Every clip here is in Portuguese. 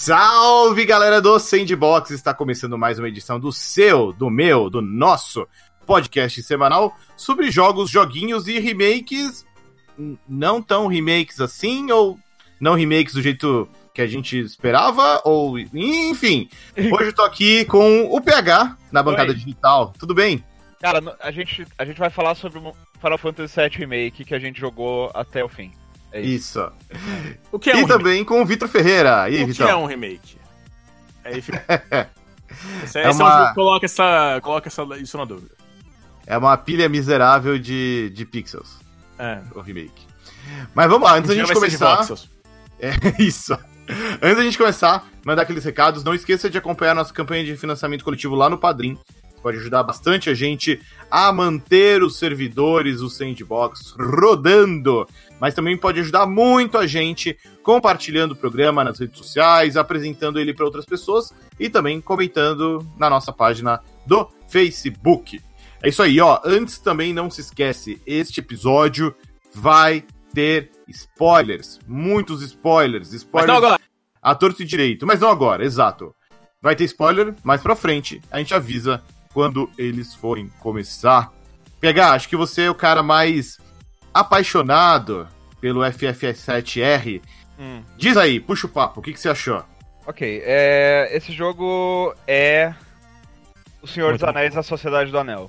Salve, galera do Sandbox! Está começando mais uma edição do seu, do meu, do nosso podcast semanal sobre jogos, joguinhos e remakes. Não tão remakes assim, ou não remakes do jeito que a gente esperava, ou enfim. Hoje eu tô aqui com o PH na bancada digital. Tudo bem? Cara, a gente vai falar sobre o Final Fantasy VII Remake que a gente jogou até o fim. É isso. O que é e também remake? Com o Vitor Ferreira. E aí, Vitor? O que é um remake? Aí fica... Coloca isso na dúvida. É uma pilha miserável de pixels. O remake. Mas vamos lá, antes da gente começar... Isso. Antes da gente começar, mandar aqueles recados, não esqueça de acompanhar a nossa campanha de financiamento coletivo lá no Padrim. Pode ajudar bastante a gente a manter os servidores, o Sandbox, rodando. Mas também pode ajudar muito a gente compartilhando o programa nas redes sociais, apresentando ele para outras pessoas e também comentando na nossa página do Facebook. É isso aí, ó. Antes também não se esquece, este episódio vai ter spoilers. Muitos spoilers. Mas não agora. A torto e direito. Mas não agora, exato. Vai ter spoiler mais pra frente. A gente avisa quando eles forem começar. PH, acho que você é o cara mais apaixonado pelo FF7R. Diz aí, puxa o papo, o que você achou? Ok, esse jogo é O Senhor dos Anéis, A Sociedade do Anel.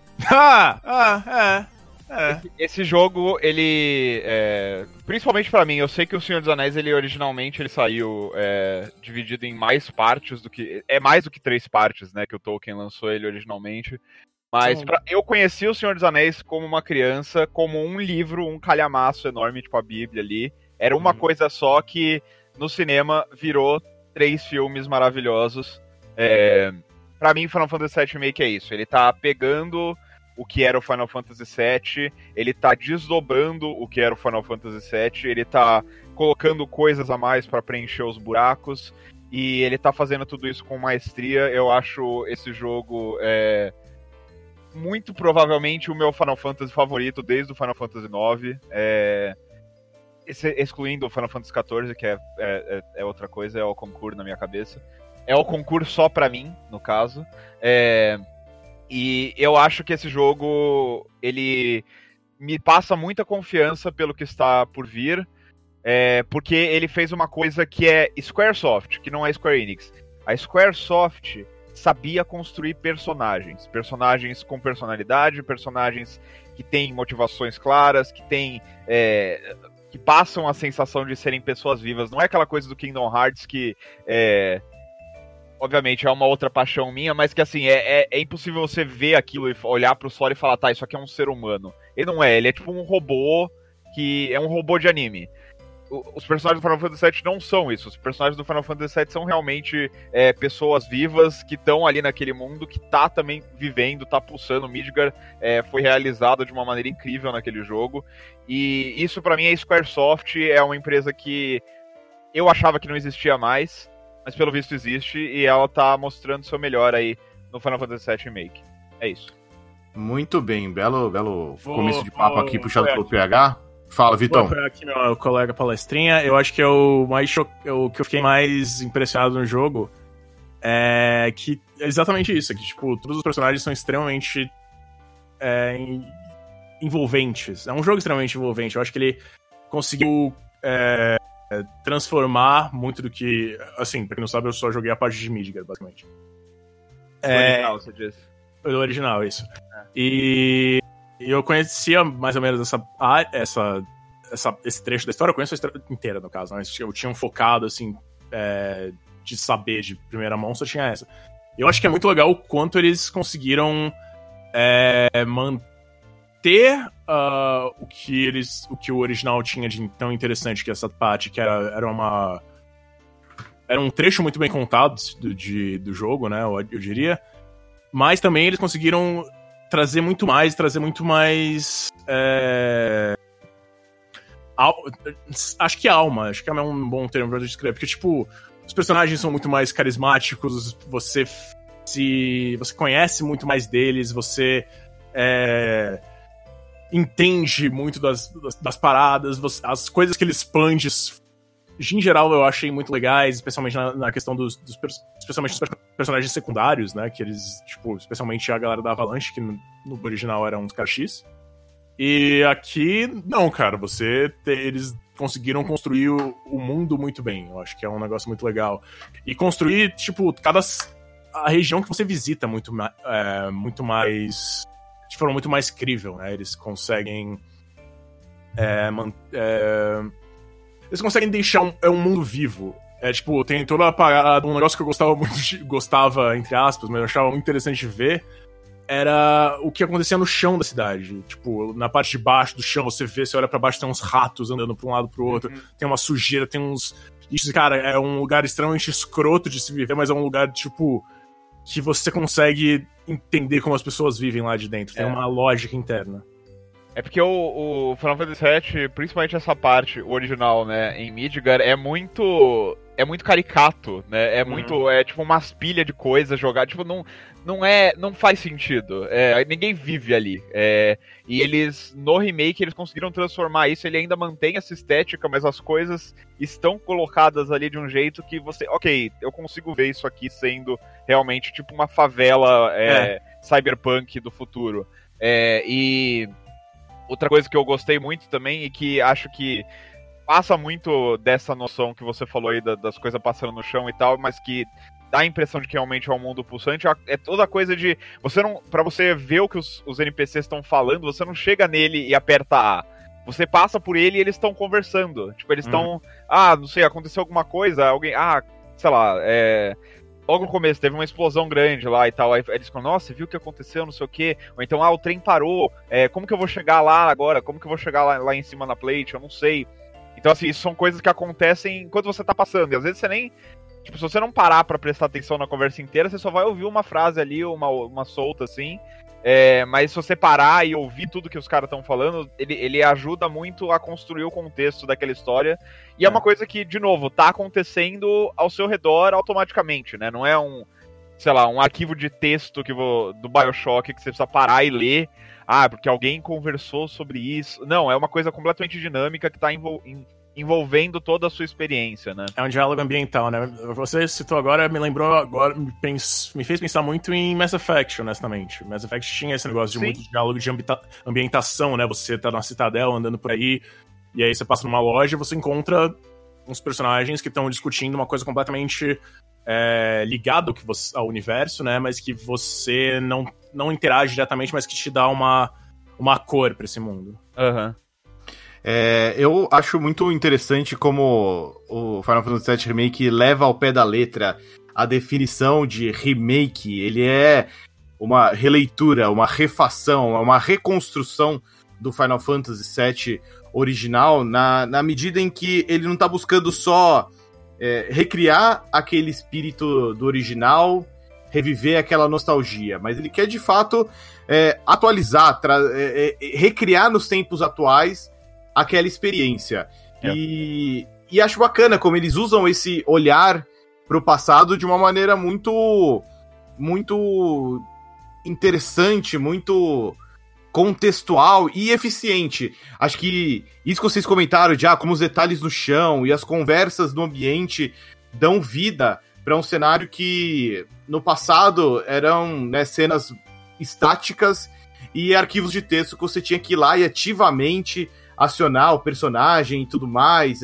Esse jogo, ele... principalmente pra mim, eu sei que O Senhor dos Anéis, ele originalmente ele saiu dividido em mais partes do que... É mais do que 3 partes, né, que o Tolkien lançou ele originalmente. Mas eu conheci O Senhor dos Anéis como uma criança, como um livro, um calhamaço enorme, tipo a Bíblia ali. Era uma coisa só que no cinema virou 3 filmes maravilhosos. Pra mim, Final Fantasy VII Remake é isso. Ele tá pegando o que era o Final Fantasy VII, ele tá desdobrando o que era o Final Fantasy VII, ele tá colocando coisas a mais pra preencher os buracos, e ele tá fazendo tudo isso com maestria. Eu acho esse jogo muito provavelmente o meu Final Fantasy favorito desde o Final Fantasy IX, excluindo o Final Fantasy XIV, que é outra coisa, é o concurso na minha cabeça. É o concurso só pra mim, no caso. E eu acho que esse jogo, ele me passa muita confiança pelo que está por vir, porque ele fez uma coisa que é Squaresoft, que não é Square Enix. A Squaresoft sabia construir personagens com personalidade, personagens que têm motivações claras, que passam a sensação de serem pessoas vivas. Não é aquela coisa do Kingdom Hearts que obviamente é uma outra paixão minha, mas que assim, é impossível você ver aquilo e olhar pro solo e falar, tá, isso aqui é um ser humano. Ele não é, ele é tipo um robô, que é um robô de anime. Os personagens do Final Fantasy VII não são isso. Os personagens do Final Fantasy VII são realmente pessoas vivas que estão ali naquele mundo, que tá também vivendo, tá pulsando. Midgar foi realizado de uma maneira incrível naquele jogo. E isso pra mim é Squaresoft, é uma empresa que eu achava que não existia mais, mas pelo visto existe, e ela tá mostrando seu melhor aí no Final Fantasy VII Remake. É isso. Muito bem, belo começo de papo aqui puxado pelo PH. Fala, Vitão. Vou aqui meu colega palestrinha. Eu acho que o que eu fiquei mais impressionado no jogo é que é exatamente isso, que tipo, todos os personagens são extremamente envolventes. É um jogo extremamente envolvente. Eu acho que ele conseguiu transformar muito do que... Assim, pra quem não sabe, eu só joguei a parte de Midgar, basicamente. O original, você disse. O original, isso. E eu conhecia mais ou menos esse trecho da história. Eu conheço a história inteira, no caso, mas eu tinha um focado, assim, de saber de primeira mão, só tinha essa. Eu acho que é muito legal o quanto eles conseguiram manter o que o original tinha de tão interessante, que essa parte, que era um trecho muito bem contado do jogo, né, eu diria. Mas também eles conseguiram trazer muito mais acho que é um bom termo pra descrever, porque, tipo, os personagens são muito mais carismáticos, você conhece muito mais deles, você entende muito das paradas, as coisas que ele expande em geral, eu achei muito legais, especialmente na questão especialmente dos personagens secundários, né? Que eles, tipo, especialmente a galera da Avalanche, que no original eram uns caras X. E aqui, não, cara, eles conseguiram construir o mundo muito bem. Eu acho que é um negócio muito legal. E construir, tipo, a região que você visita muito mais... de forma muito mais crível, né? Eles conseguem... eles conseguem deixar um mundo vivo. Tipo, tem toda a parada, um negócio que eu gostava, entre aspas, mas eu achava muito interessante de ver, era o que acontecia no chão da cidade. Tipo, na parte de baixo do chão, você olha pra baixo, tem uns ratos andando pra um lado pro outro, tem uma sujeira, tem uns... Isso, cara, é um lugar extremamente escroto de se viver, mas é um lugar, tipo, que você consegue entender como as pessoas vivem lá de dentro. Tem uma lógica interna. É porque o Final Fantasy VII, principalmente essa parte, o original, né, em Midgar, é muito caricato, né? É muito, tipo umas pilhas de coisas jogar, tipo, não faz sentido. Ninguém vive ali. E eles, no remake, eles conseguiram transformar isso, ele ainda mantém essa estética, mas as coisas estão colocadas ali de um jeito que você, ok, eu consigo ver isso aqui sendo realmente tipo uma favela cyberpunk do futuro. E outra coisa que eu gostei muito também e que acho que passa muito dessa noção que você falou aí das coisas passando no chão e tal, mas que dá a impressão de que realmente é um mundo pulsante, é toda coisa de... Pra você ver o que os NPCs estão falando, você não chega nele e aperta A. Você passa por ele e eles estão conversando. Tipo, eles estão... não sei, aconteceu alguma coisa, alguém... sei lá, logo no começo, teve uma explosão grande lá e tal, aí eles falam, nossa, viu o que aconteceu, não sei o quê, ou então, o trem parou, como que eu vou chegar lá agora, como que eu vou chegar lá em cima na plate, eu não sei. Então, assim, isso são coisas que acontecem enquanto você tá passando, e às vezes você nem, tipo, se você não parar pra prestar atenção na conversa inteira, você só vai ouvir uma frase ali, uma solta, assim, mas se você parar e ouvir tudo que os caras estão falando, ele ajuda muito a construir o contexto daquela história. E é uma coisa que, de novo, tá acontecendo ao seu redor automaticamente, né? Não é um arquivo de texto do BioShock que você precisa parar e ler. Porque alguém conversou sobre isso. Não, é uma coisa completamente dinâmica que tá envolvendo toda a sua experiência, né? É um diálogo ambiental, né? Você citou agora, me fez pensar muito em Mass Effect, honestamente. Mass Effect tinha esse negócio de muito diálogo de ambientação, né? Você tá numa citadela andando por aí, e aí você passa numa loja e você encontra uns personagens que estão discutindo uma coisa completamente ligada ao universo, né? Mas que você não interage diretamente, mas que te dá uma cor pra esse mundo. Eu acho muito interessante como o Final Fantasy VII Remake leva ao pé da letra a definição de remake. Ele é uma releitura, uma refação, uma reconstrução do Final Fantasy VII original, na medida em que ele não tá buscando só recriar aquele espírito do original, reviver aquela nostalgia, mas ele quer de fato atualizar, recriar nos tempos atuais aquela experiência. E acho bacana como eles usam esse olhar pro passado de uma maneira muito, muito interessante, muito contextual e eficiente. Acho que isso que vocês comentaram de como os detalhes no chão e as conversas no ambiente dão vida para um cenário que no passado eram cenas estáticas e arquivos de texto que você tinha que ir lá e ativamente acionar o personagem e tudo mais.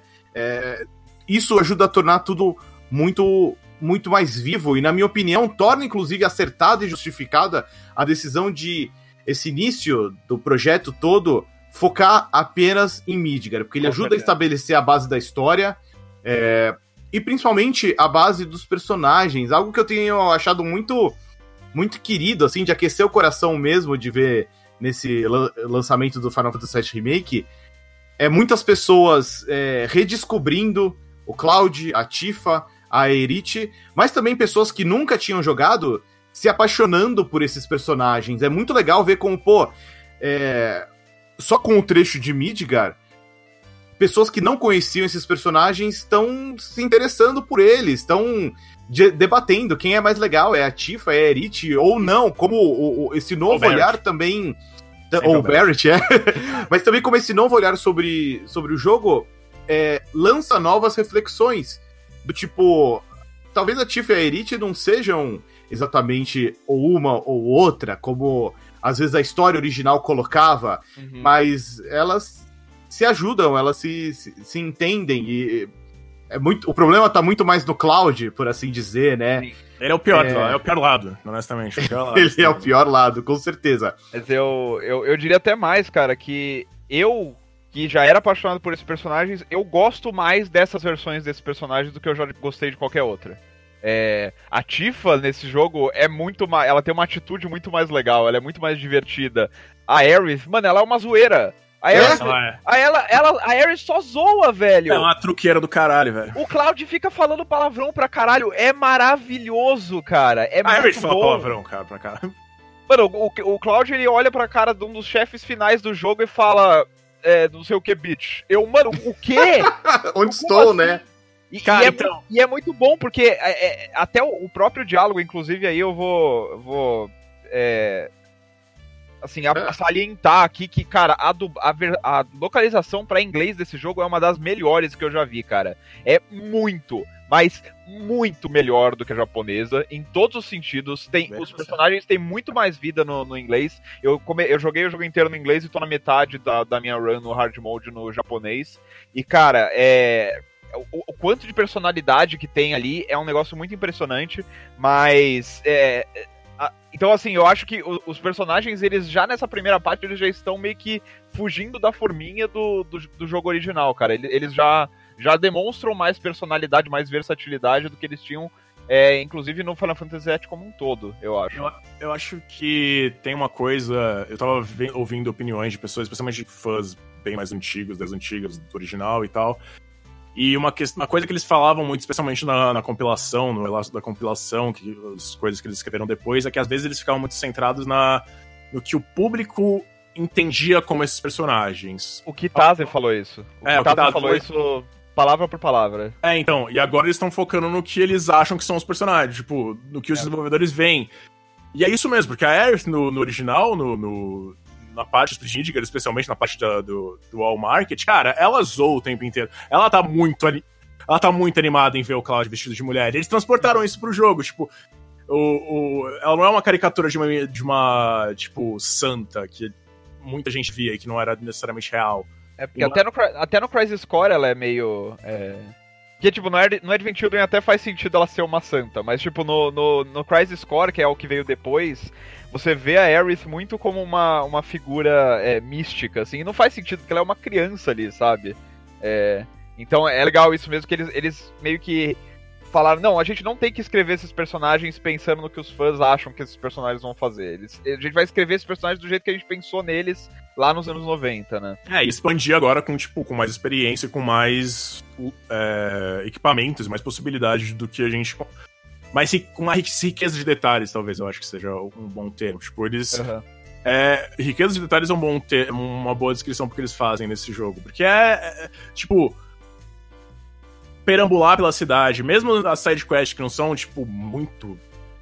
Isso ajuda a tornar tudo muito, muito mais vivo e, na minha opinião, torna inclusive acertada e justificada a decisão de esse início do projeto todo focar apenas em Midgar, porque ele ajuda a estabelecer a base da história e principalmente a base dos personagens, algo que eu tenho achado muito, muito querido, assim, de aquecer o coração mesmo de ver nesse lançamento do Final Fantasy VII Remake, muitas pessoas redescobrindo o Cloud, a Tifa, a Aerith, mas também pessoas que nunca tinham jogado se apaixonando por esses personagens. É muito legal ver como, só com o trecho de Midgar, pessoas que não conheciam esses personagens estão se interessando por eles, estão debatendo quem é mais legal, é a Tifa, é a Aerith, ou não, como esse novo olhar também... Ou o Barrett, mas também como esse novo olhar sobre o jogo lança novas reflexões. Do tipo, talvez a Tifa e a Aerith não sejam exatamente ou uma ou outra, como às vezes a história original colocava, mas elas se ajudam, elas se entendem e o problema tá muito mais no Cloud, por assim dizer, né? Sim. Ele é o pior, é o pior lado, honestamente. Ele é o pior lado, com certeza. Mas eu diria até mais, cara, que que já era apaixonado por esses personagens, eu gosto mais dessas versões desses personagens do que eu já gostei de qualquer outra. A Tifa, nesse jogo, é muito mais... Ela tem uma atitude muito mais legal, ela é muito mais divertida. A Aerith, mano, ela é uma zoeira. A Aerith só zoa, velho. É uma truqueira do caralho, velho. O Cloud fica falando palavrão pra caralho. É maravilhoso, cara. A Aerith fala palavrão, cara, pra caralho. Mano, o Cloud, ele olha pra cara de um dos chefes finais do jogo e fala... não sei o que, bitch. Mano, o quê? Onde estou, assim? Né? E é muito bom, porque até o próprio diálogo, inclusive, aí eu vou salientar aqui que, cara, a localização pra inglês desse jogo é uma das melhores que eu já vi, cara. É muito, mas muito melhor do que a japonesa, em todos os sentidos. Os personagens têm muito mais vida no inglês. Eu joguei o jogo inteiro no inglês e tô na metade da minha run no hard mode no japonês. E, cara, o quanto de personalidade que tem ali é um negócio muito impressionante, mas... Então, assim, eu acho que os personagens, eles já nessa primeira parte, eles já estão meio que fugindo da forminha do jogo original, cara. Eles já demonstram mais personalidade, mais versatilidade do que eles tinham, inclusive no Final Fantasy VII como um todo, eu acho. Eu acho que tem uma coisa... Eu tava ouvindo opiniões de pessoas, especialmente de fãs bem mais antigos, das antigas, do original e tal... E uma coisa que eles falavam muito, especialmente na compilação, no relato da compilação, as coisas que eles escreveram depois, é que às vezes eles ficavam muito centrados no que o público entendia como esses personagens. O Kitase falou isso. O Kitase falou isso palavra por palavra. Então, e agora eles estão focando no que eles acham que são os personagens, tipo, no que os desenvolvedores veem. E é isso mesmo, porque a Aerith no original, na parte do Gindiger, especialmente na parte do All Market, cara, ela zoa o tempo inteiro. Ela tá muito animada em ver o Cloud vestido de mulher. Eles transportaram isso pro jogo, tipo... ela não é uma caricatura de uma tipo, santa, que muita gente via e que não era necessariamente real. Porque até no Crisis Core ela é meio... Porque, tipo, no Advent Children até faz sentido ela ser uma santa, mas, tipo, no Crisis Core, que é o que veio depois, você vê a Aerith muito como uma figura mística, assim, e não faz sentido, porque ela é uma criança ali, sabe? Então é legal isso mesmo, que eles meio que falaram, não, a gente não tem que escrever esses personagens pensando no que os fãs acham que esses personagens vão fazer. A gente vai escrever esses personagens do jeito que a gente pensou neles lá nos anos 90, né? E expandir agora com mais experiência, com mais equipamentos, mais possibilidades do que a gente... Mas com mais riqueza de detalhes, talvez, eu acho que seja um bom termo. Tipo, eles... riqueza de detalhes é uma boa descrição porque eles fazem nesse jogo. Porque tipo... perambular pela cidade, mesmo as sidequests que não são, tipo, muito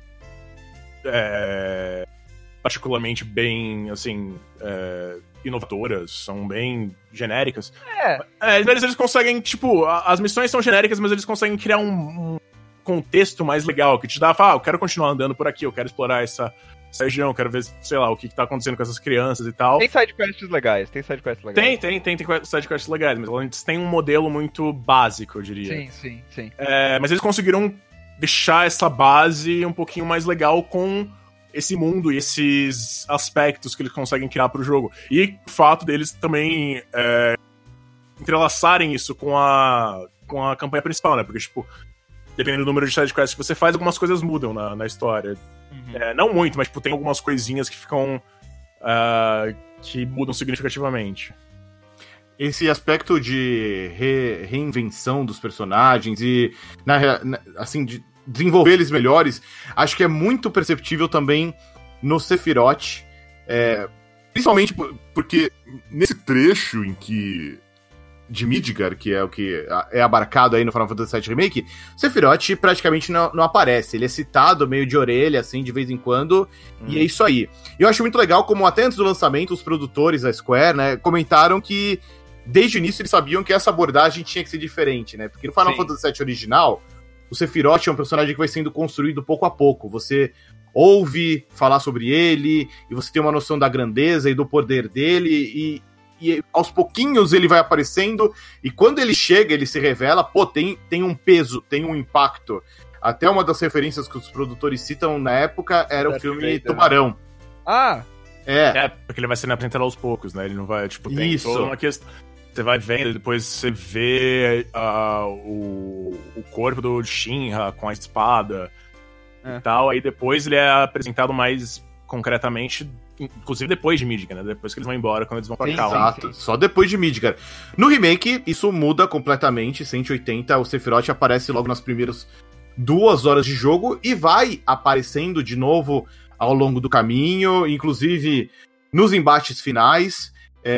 particularmente bem, assim, inovadoras, são bem genéricas. Eles conseguem, tipo, as missões são genéricas, mas eles conseguem criar um contexto mais legal, que te dá, eu quero continuar andando por aqui, eu quero explorar essa região, quero ver, sei lá, o que tá acontecendo com essas crianças e tal. Tem sidequests legais, Tem sidequests legais, mas eles têm um modelo muito básico, eu diria. Sim. Mas eles conseguiram deixar essa base um pouquinho mais legal com esse mundo e esses aspectos que eles conseguem criar pro jogo. E o fato deles também entrelaçarem isso com a campanha principal, né? Porque, tipo, dependendo do número de sidequests que você faz, algumas coisas mudam na história. Não muito, mas tipo, tem algumas coisinhas que ficam... que mudam significativamente. Esse aspecto de reinvenção dos personagens e, assim, de desenvolver eles melhores, acho que é muito perceptível também no Sephiroth. Principalmente porque nesse trecho em que... de Midgar, que é o que é abarcado aí no Final Fantasy VII Remake, Sephiroth praticamente não aparece. Ele é citado meio de orelha, assim, de vez em quando, e é isso aí. Eu acho muito legal como até antes do lançamento, os produtores da Square, né, comentaram que desde o início eles sabiam que essa abordagem tinha que ser diferente, né? Porque no Final Fantasy VII original, o Sephiroth é um personagem que vai sendo construído pouco a pouco. Você ouve falar sobre ele, e você tem uma noção da grandeza e do poder dele, e aos pouquinhos ele vai aparecendo, e quando ele chega, ele se revela, pô, tem um peso, tem um impacto. Até uma das referências que os produtores citam na época era o filme Tubarão. Ah! Porque ele vai sendo apresentado aos poucos, né? Ele não vai, tipo, tem Isso. toda uma questão. Você vai vendo, depois você vê o corpo do Shinra com a espada e tal, aí depois ele é apresentado mais concretamente, inclusive depois de Midgar, né? Depois que eles vão embora, quando eles vão pra cá. Exato, só depois de Midgar. No remake, isso muda completamente, 180, o Sephiroth aparece logo nas primeiras 2 horas de jogo e vai aparecendo de novo ao longo do caminho, inclusive nos embates finais.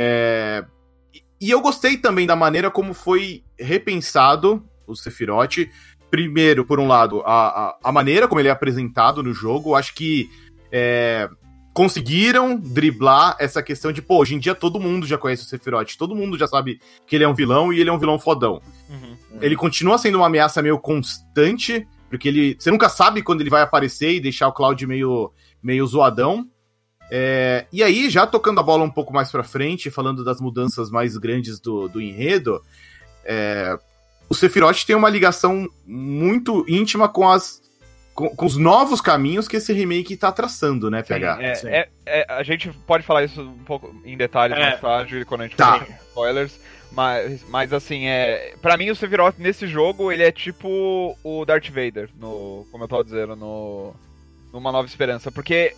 E eu gostei também da maneira como foi repensado o Sephiroth. Primeiro, por um lado, a maneira como ele é apresentado no jogo. Acho que conseguiram driblar essa questão de, pô, hoje em dia todo mundo já conhece o Sephiroth, todo mundo já sabe que ele é um vilão e ele é um vilão fodão. Ele continua sendo uma ameaça meio constante, porque você nunca sabe quando ele vai aparecer e deixar o Cloud meio zoadão. E aí, já tocando a bola um pouco mais pra frente, falando das mudanças mais grandes do enredo, o Sephiroth tem uma ligação muito íntima com os novos caminhos que esse remake tá traçando, né, PH? A gente pode falar isso um pouco em detalhes mais tarde, quando a gente for spoilers, mas assim, pra mim o Sephiroth nesse jogo, ele é tipo o Darth Vader, como eu tava dizendo, numa Nova Esperança, porque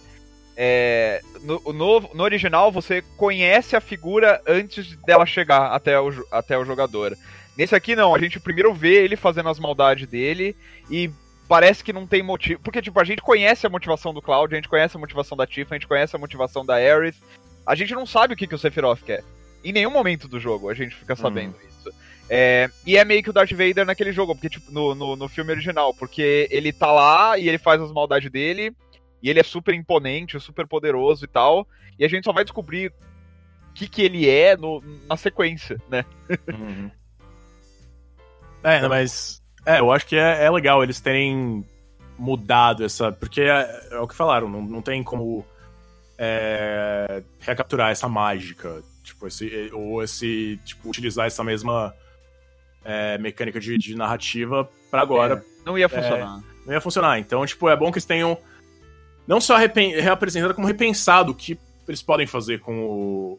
no original você conhece a figura antes dela chegar até o jogador. Nesse aqui não, a gente primeiro vê ele fazendo as maldades dele e parece que não tem motivo, porque tipo, a gente conhece a motivação do Cloud, a gente conhece a motivação da Tifa, a gente conhece a motivação da Aerith, a gente não sabe o que o Sephiroth quer. Em nenhum momento do jogo a gente fica sabendo isso. E é meio que o Darth Vader naquele jogo, porque tipo, no filme original, porque ele tá lá e ele faz as maldades dele, e ele é super imponente, super poderoso e tal, e a gente só vai descobrir o que ele é na sequência, né? Mas eu acho que é legal eles terem mudado essa... Porque é o que falaram, não tem como recapturar essa mágica, tipo, utilizar essa mesma mecânica de narrativa pra agora. Não ia funcionar. Não ia funcionar. Então, tipo, é bom que eles tenham não só reapresentado, como repensado o que eles podem fazer com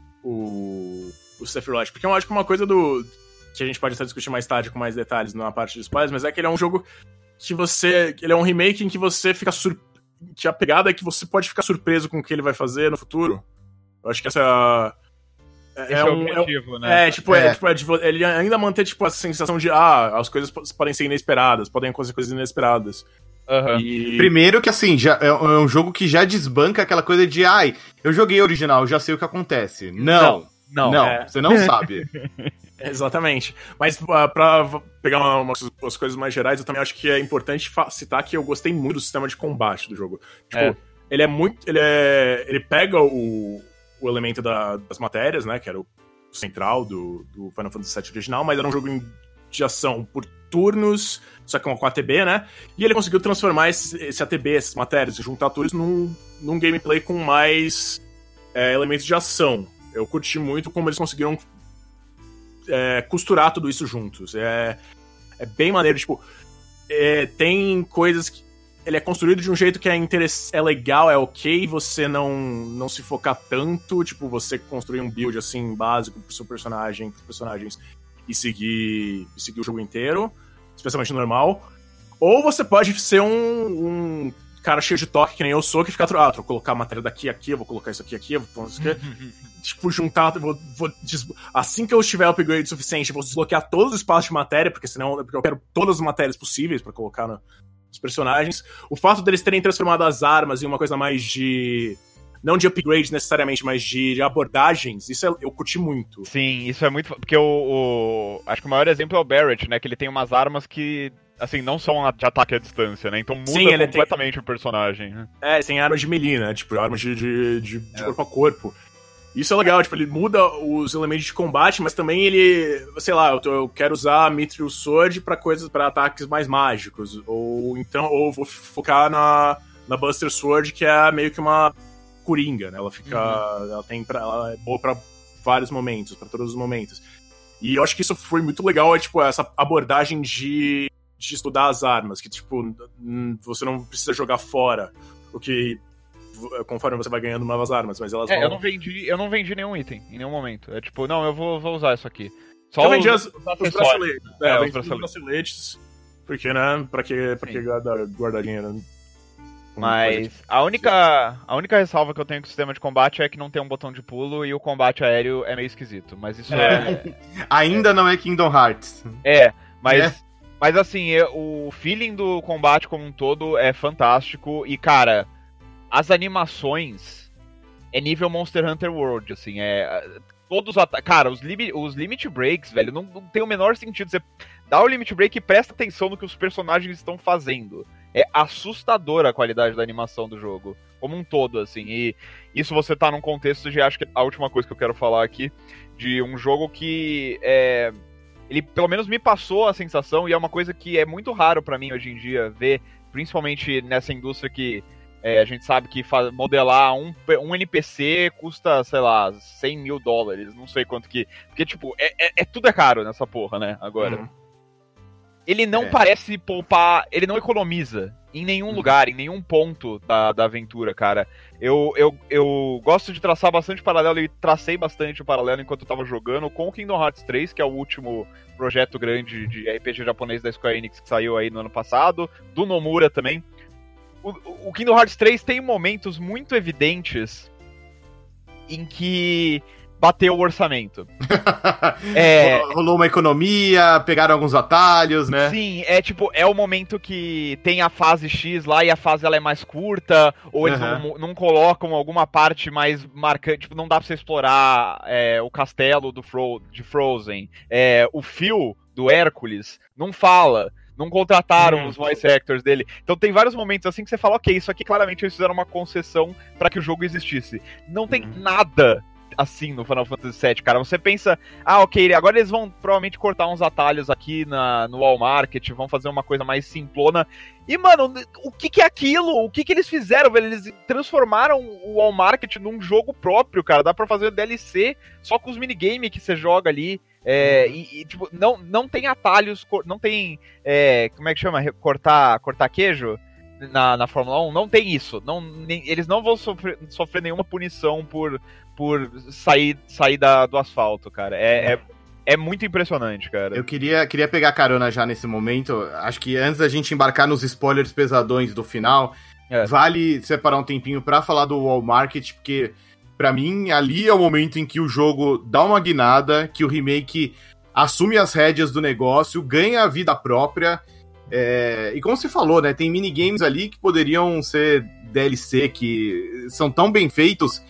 o Sephiroth. Porque eu acho que uma coisa que a gente pode até discutir mais tarde com mais detalhes na parte de spoilers, mas é que ele é um jogo que ele é um remake em que você fica que a pegada é que você pode ficar surpreso com o que ele vai fazer no futuro. Eu acho que essa é o objetivo, né? Ele ainda manter tipo essa sensação de as coisas podem ser inesperadas, podem acontecer coisas inesperadas. Primeiro que assim, já é um jogo que já desbanca aquela coisa de eu joguei original, já sei o que acontece. Não, você não sabe. Exatamente. Mas pra pegar umas coisas mais gerais, eu também acho que é importante citar que eu gostei muito do sistema de combate do jogo. Tipo, ele pega o elemento das matérias, né, que era o central do Final Fantasy VII original, mas era um jogo de ação por turnos, só que com ATB, né? E ele conseguiu transformar esse ATB, essas matérias, e juntar tudo isso num gameplay com mais elementos de ação. Eu curti muito como eles conseguiram costurar tudo isso juntos. É bem maneiro, tipo, tem coisas que ele é construído de um jeito que é legal, é ok você não se focar tanto, tipo, você construir um build assim básico pro seu personagem, pros personagens e seguir o jogo inteiro, especialmente normal. Ou você pode ser um cara cheio de toque, que nem eu sou, que fica vou colocar a matéria daqui aqui, eu vou colocar isso aqui, eu vou pôr isso aqui. Tipo, juntar, assim que eu tiver upgrade suficiente, eu vou desbloquear todos os espaços de matéria, porque eu quero todas as matérias possíveis pra colocar nos personagens. O fato deles terem transformado as armas em uma coisa mais não de upgrade necessariamente, mas de abordagens, isso eu curti muito. Sim, isso é muito... Porque acho que o maior exemplo é o Barret, né? Que ele tem umas armas que, assim, não são de ataque à distância, né? Então muda completamente o personagem. Tem armas de melee, né? Tipo, armas de corpo a corpo. Isso é legal, tipo, ele muda os elementos de combate, mas também ele, sei lá, eu quero usar a Mithril Sword pra ataques mais mágicos, ou vou focar na Buster Sword, que é meio que uma coringa, né? Ela fica, ela é boa pra vários momentos, pra todos os momentos. E eu acho que isso foi muito legal, tipo, essa abordagem de estudar as armas, que, tipo, você não precisa jogar fora o que... conforme você vai ganhando novas armas, mas elas vão... eu não vendi nenhum item em nenhum momento. É tipo, não, eu vou usar isso aqui. Só eu vendi os braceletes. Os braceletes. Porque, né, pra que guardar dinheiro? Mas a única ressalva que eu tenho com o sistema de combate é que não tem um botão de pulo e o combate aéreo é meio esquisito. Mas isso Ainda não é Kingdom Hearts. Mas assim, o feeling do combate como um todo é fantástico. E, cara... As animações é nível Monster Hunter World, assim, todos os ataques... Cara, os limit breaks, velho, não tem o menor sentido. Você dá o limit break e presta atenção no que os personagens estão fazendo. É assustadora a qualidade da animação do jogo, como um todo, assim. E isso você tá num contexto de, acho que a última coisa que eu quero falar aqui, de um jogo que ele pelo menos me passou a sensação, e é uma coisa que é muito raro pra mim hoje em dia ver, principalmente nessa indústria que... a gente sabe que modelar um NPC custa, sei lá, $100 mil, não sei quanto que... Porque, tipo, tudo é caro nessa porra, né, agora. Ele não parece poupar, ele não economiza em nenhum lugar, em nenhum ponto da aventura, cara. Eu gosto de traçar bastante paralelo, e tracei bastante o paralelo enquanto eu tava jogando com o Kingdom Hearts 3, que é o último projeto grande de RPG japonês da Square Enix que saiu aí no ano passado, do Nomura também. O Kingdom Hearts 3 tem momentos muito evidentes em que bateu o orçamento. Rolou uma economia, pegaram alguns atalhos, né? Sim, é o momento que tem a fase X lá e a fase ela é mais curta, ou eles não colocam alguma parte mais marcante, tipo, não dá pra você explorar o castelo de Frozen. O Phil, do Hércules, não fala. Não contrataram os voice actors dele. Então tem vários momentos assim que você fala, ok, isso aqui claramente eles fizeram uma concessão pra que o jogo existisse. Não tem nada assim no Final Fantasy VII, cara. Você pensa, ok, agora eles vão provavelmente cortar uns atalhos aqui no Wall Market, vão fazer uma coisa mais simplona. E, mano, o que é aquilo? O que eles fizeram, velho? Eles transformaram o Wall Market num jogo próprio, cara. Dá pra fazer DLC só com os minigames que você joga ali. Tipo, não tem atalhos, não tem, como é que chama? Cortar queijo na Fórmula 1, não tem isso. Eles não vão sofrer nenhuma punição por sair do asfalto, cara. É muito impressionante, cara. Eu queria pegar carona já nesse momento. Acho que antes da gente embarcar nos spoilers pesadões do final, vale separar um tempinho pra falar do Wall Market, porque... Pra mim, ali é o momento em que o jogo dá uma guinada, que o remake assume as rédeas do negócio, ganha a vida própria. E como você falou, né? Tem minigames ali que poderiam ser DLC, que são tão bem feitos.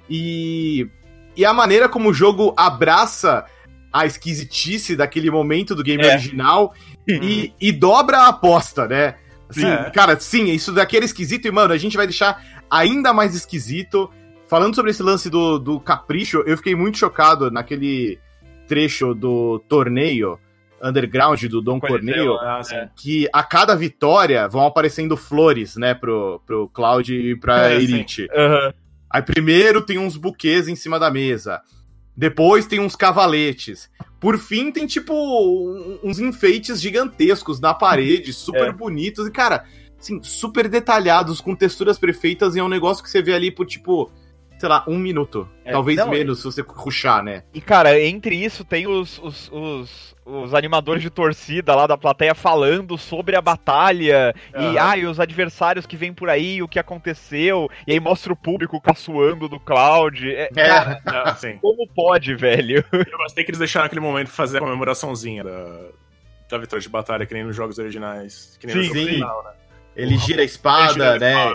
E a maneira como o jogo abraça a esquisitice daquele momento do game original e dobra a aposta, né? Assim, cara, sim, isso daqui era esquisito e, mano, a gente vai deixar ainda mais esquisito. Falando sobre esse lance do capricho, eu fiquei muito chocado naquele trecho do torneio Underground do Don Corneo, que a cada vitória vão aparecendo flores, né, pro Cloud e pra Elite. Aí primeiro tem uns buquês em cima da mesa, depois tem uns cavaletes, por fim tem tipo uns enfeites gigantescos na parede, super bonitos, e cara, assim, super detalhados, com texturas perfeitas, e é um negócio que você vê ali por tipo... sei lá, 1 minuto. Talvez menos, se você rushar, né? E, cara, entre isso tem os animadores de torcida lá da plateia falando sobre a batalha. E os adversários que vêm por aí, o que aconteceu. E aí mostra o público caçoando do Cloud. Cara, assim, como pode, velho? Eu gostei que eles deixaram naquele momento fazer a comemoraçãozinha da vitória de batalha, que nem nos jogos originais. Que nem no jogo final, né? Ele gira a espada, né?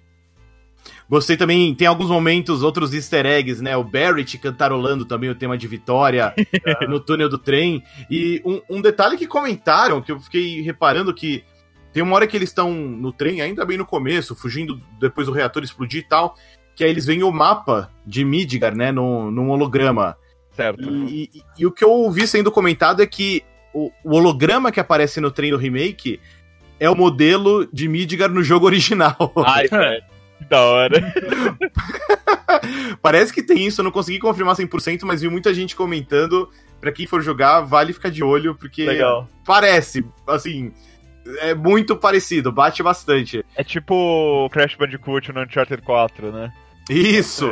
Gostei também, tem alguns momentos, outros easter eggs, né? O Barrett cantarolando também o tema de vitória no túnel do trem. E um detalhe que comentaram, que eu fiquei reparando, que tem uma hora que eles estão no trem, ainda bem no começo, fugindo depois do reator explodir e tal, que aí eles veem o mapa de Midgar, né, num holograma. Certo. E o que eu ouvi sendo comentado é que o holograma que aparece no trem do remake é o modelo de Midgar no jogo original. Ai, velho. Que da hora. Parece que tem isso, eu não consegui confirmar 100%, mas vi muita gente comentando. Pra quem for jogar, vale ficar de olho, porque legal. Parece, assim, é muito parecido, bate bastante. É tipo Crash Bandicoot no Uncharted 4, né? Isso.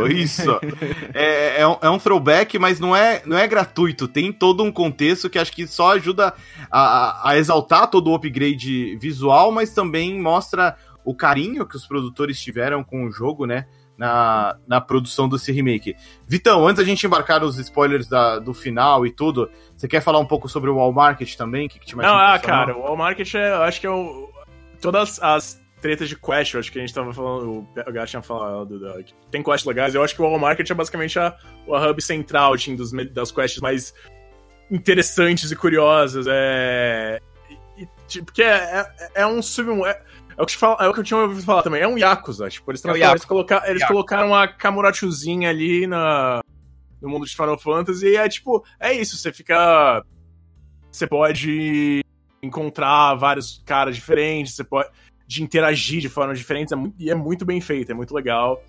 É um throwback, mas não é gratuito. Tem todo um contexto que acho que só ajuda a exaltar todo o upgrade visual, mas também mostra o carinho que os produtores tiveram com o jogo, né? Na produção desse remake. Vitão, antes da gente embarcar nos spoilers do final e tudo, você quer falar um pouco sobre o Wall Market também? Que te cara, o Wall Market eu acho que é todas as tretas de quest, eu acho que a gente tava falando, o Gato tinha falado, que tem quests legais, eu acho que o Wall Market é basicamente a hub central, assim, das quests mais interessantes e curiosas, porque é um é o que eu tinha ouvido falar também, é um Yakuza, tipo, eles colocaram uma Kamurochozinha ali no mundo de Final Fantasy, e é isso, você pode encontrar vários caras diferentes, você pode interagir de formas diferentes, e é muito bem feito, é muito legal.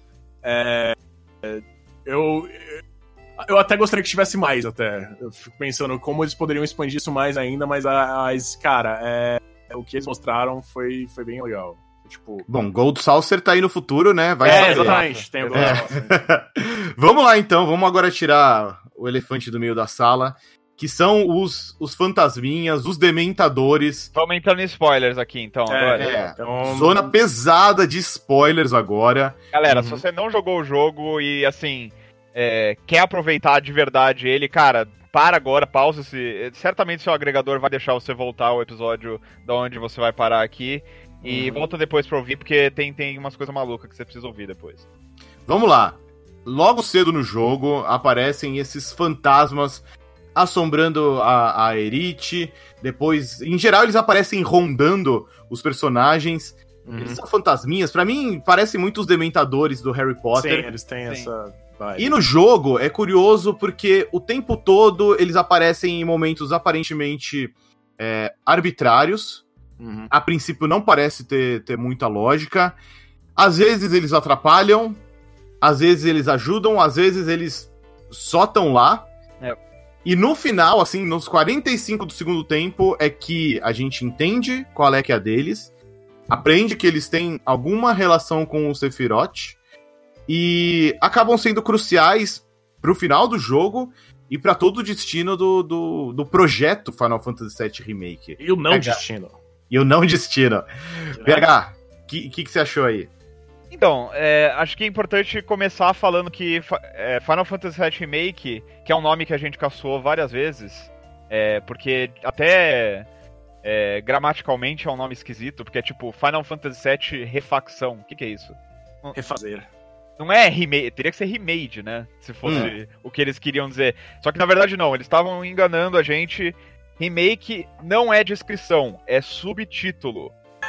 Eu até gostaria que tivesse mais, até. Eu fico pensando como eles poderiam expandir isso mais ainda, mas, cara, o que eles mostraram foi bem legal. Bom, Gold Saucer tá aí no futuro, né? Vai saber. Exatamente, tem o Gold Saucer. Vamos lá, então. Vamos agora tirar o elefante do meio da sala, que são os fantasminhas, os dementadores. Vamos entrando em spoilers aqui, então. Agora. Então... Zona pesada de spoilers agora. Galera, se você não jogou o jogo e, assim, quer aproveitar de verdade ele, cara, para agora, pausa. Certamente seu agregador vai deixar você voltar ao episódio da onde você vai parar aqui. E volta depois pra ouvir, porque tem umas coisas malucas que você precisa ouvir depois. Vamos lá. Logo cedo no jogo, aparecem esses fantasmas assombrando a Aerith. Depois, em geral, eles aparecem rondando os personagens. Eles são fantasminhas. Pra mim, parecem muito os dementadores do Harry Potter. Sim, eles têm essa vibe. E no jogo, é curioso porque o tempo todo eles aparecem em momentos aparentemente arbitrários. A princípio não parece ter muita lógica. Às vezes eles atrapalham, às vezes eles ajudam, às vezes eles só estão lá. E no final, assim, nos 45 do segundo tempo, é que a gente entende qual é que é a deles, aprende que eles têm alguma relação com o Sephiroth, e acabam sendo cruciais pro final do jogo e pra todo o destino do projeto Final Fantasy VII Remake. E o não destino. E o não destino. PH, o que você achou aí? Então, acho que é importante começar falando que Final Fantasy VII Remake, que é um nome que a gente caçou várias vezes, porque até gramaticalmente é um nome esquisito, porque é tipo Final Fantasy VII Refacção. O que é isso? Refazer. Não é remake, teria que ser remade, né? Se fosse o que eles queriam dizer. Só que na verdade não, eles estavam enganando a gente. Remake não é descrição, é subtítulo.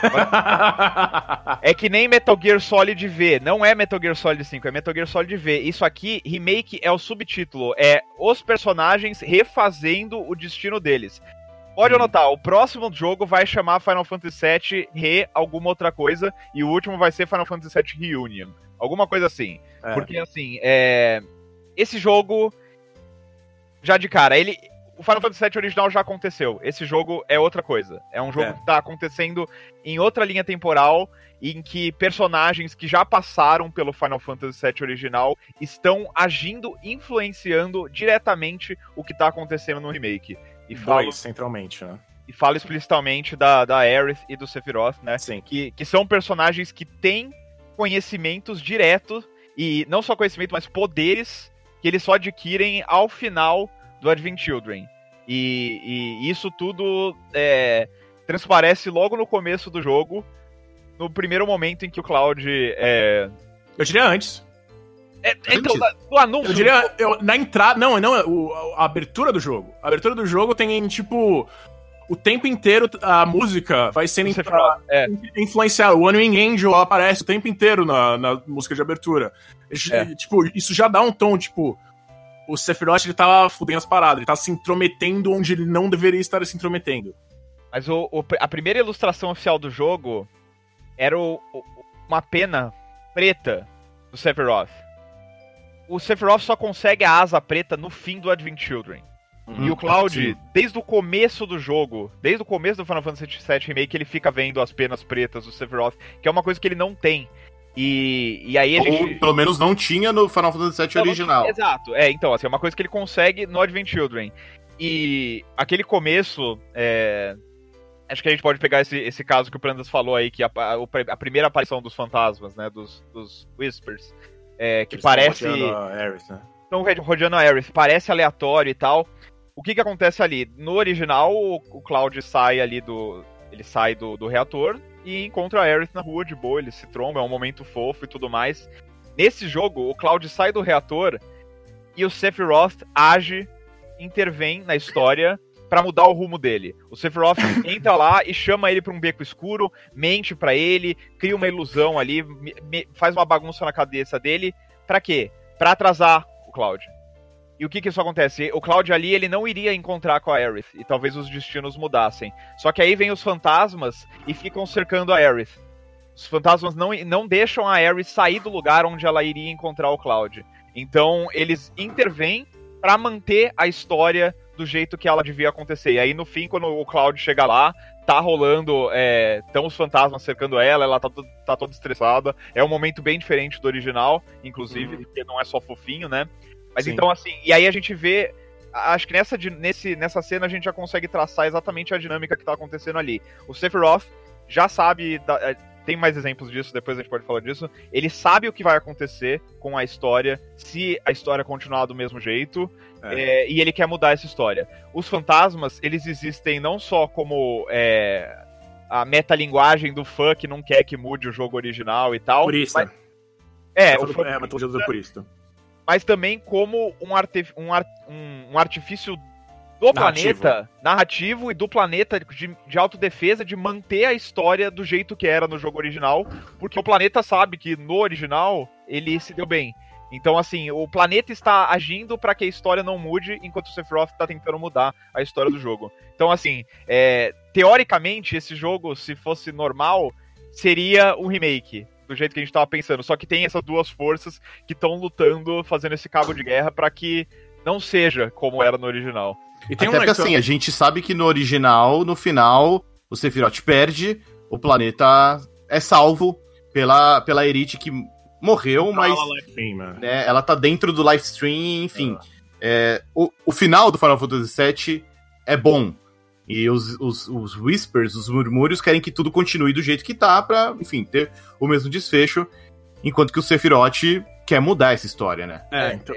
É que nem Metal Gear Solid V, não é Metal Gear Solid 5, é Metal Gear Solid V. Isso aqui, remake, é o subtítulo, é os personagens refazendo o destino deles. Pode anotar, o próximo jogo vai chamar Final Fantasy VII Re alguma outra coisa, e o último vai ser Final Fantasy VII Reunion. Alguma coisa assim. Porque assim, esse jogo, já de cara, o Final Fantasy VII original já aconteceu. Esse jogo é outra coisa. É um jogo que tá acontecendo em outra linha temporal, em que personagens que já passaram pelo Final Fantasy VII original estão agindo, influenciando diretamente o que tá acontecendo no remake. Centralmente, né? E fala explicitamente da Aerith e do Sephiroth, né? Sim. Que são personagens que têm conhecimentos diretos, e não só conhecimento, mas poderes que eles só adquirem ao final do Advent Children. E isso tudo transparece logo no começo do jogo, no primeiro momento em que o Cloud Eu diria antes. Então, no anúncio... Eu diria, na entrada... Não, a abertura do jogo. A abertura do jogo tem, tipo... o tempo inteiro a música vai sendo influenciada. O Unwing Angel aparece o tempo inteiro na música de abertura. Tipo, isso já dá um tom, tipo, o Sephiroth, ele tá fudendo as paradas, ele tá se intrometendo onde ele não deveria estar se intrometendo. Mas a primeira ilustração oficial do jogo era uma pena preta do Sephiroth. O Sephiroth só consegue a asa preta no fim do Advent Children. E o Cloud, desde o começo do jogo, desde o começo do Final Fantasy VII Remake, ele fica vendo as penas pretas do Sephiroth, que é uma coisa que ele não tem. E aí Ou pelo menos não tinha no Final Fantasy VII original. Exato. Então, assim, é uma coisa que ele consegue no Advent Children. E aquele começo, acho que a gente pode pegar esse caso que o Prandas falou aí, que a primeira aparição dos fantasmas, né, dos Whispers, que parece... Estão rodeando a Aerith, parece aleatório e tal. O que acontece ali? No original, o Cloud sai ali ele sai do reator e encontra a Aerith na rua de boa, eles se trombam, é um momento fofo e tudo mais. Nesse jogo, o Cloud sai do reator e o Sephiroth intervém na história pra mudar o rumo dele. O Sephiroth entra lá e chama ele pra um beco escuro, mente pra ele, cria uma ilusão ali, faz uma bagunça na cabeça dele. Pra quê? Pra atrasar o Cloud. E o que isso acontece? O Cloud ali, ele não iria encontrar com a Aerith, e talvez os destinos mudassem. Só que aí vem os fantasmas e ficam cercando a Aerith. Os fantasmas não deixam a Aerith sair do lugar onde ela iria encontrar o Cloud. Então, eles intervêm pra manter a história do jeito que ela devia acontecer. E aí, no fim, quando o Cloud chega lá, tá rolando, estão os fantasmas cercando ela tá toda estressada. É um momento bem diferente do original, inclusive, porque não é só fofinho, né? Mas então, assim, e aí a gente vê, acho que nessa cena a gente já consegue traçar exatamente a dinâmica que tá acontecendo ali. O Sephiroth já sabe, tem mais exemplos disso, depois a gente pode falar disso, ele sabe o que vai acontecer com a história, se a história continuar do mesmo jeito, e ele quer mudar essa história. Os fantasmas, eles existem não só como a metalinguagem do fã que não quer que mude o jogo original e tal. Purista. Mas, a metodologia do purista. Mas também como um artifício do planeta, narrativo e do planeta de autodefesa, de manter a história do jeito que era no jogo original, porque o planeta sabe que no original ele se deu bem. Então, assim, o planeta está agindo para que a história não mude, enquanto o Sephiroth está tentando mudar a história do jogo. Então, assim, teoricamente, esse jogo, se fosse normal, seria um remake, do jeito que a gente tava pensando. Só que tem essas duas forças que estão lutando, fazendo esse cabo de guerra para que não seja como era no original. E tem até porque, assim, a gente sabe que no original, no final, o Sephiroth perde, o planeta é salvo pela Aerith que morreu, mas ela tá dentro do live stream, enfim. O final do Final Fantasy VII é bom. E os Whispers, os murmúrios, querem que tudo continue do jeito que tá pra, enfim, ter o mesmo desfecho, enquanto que o Sephiroth quer mudar essa história, né? Então...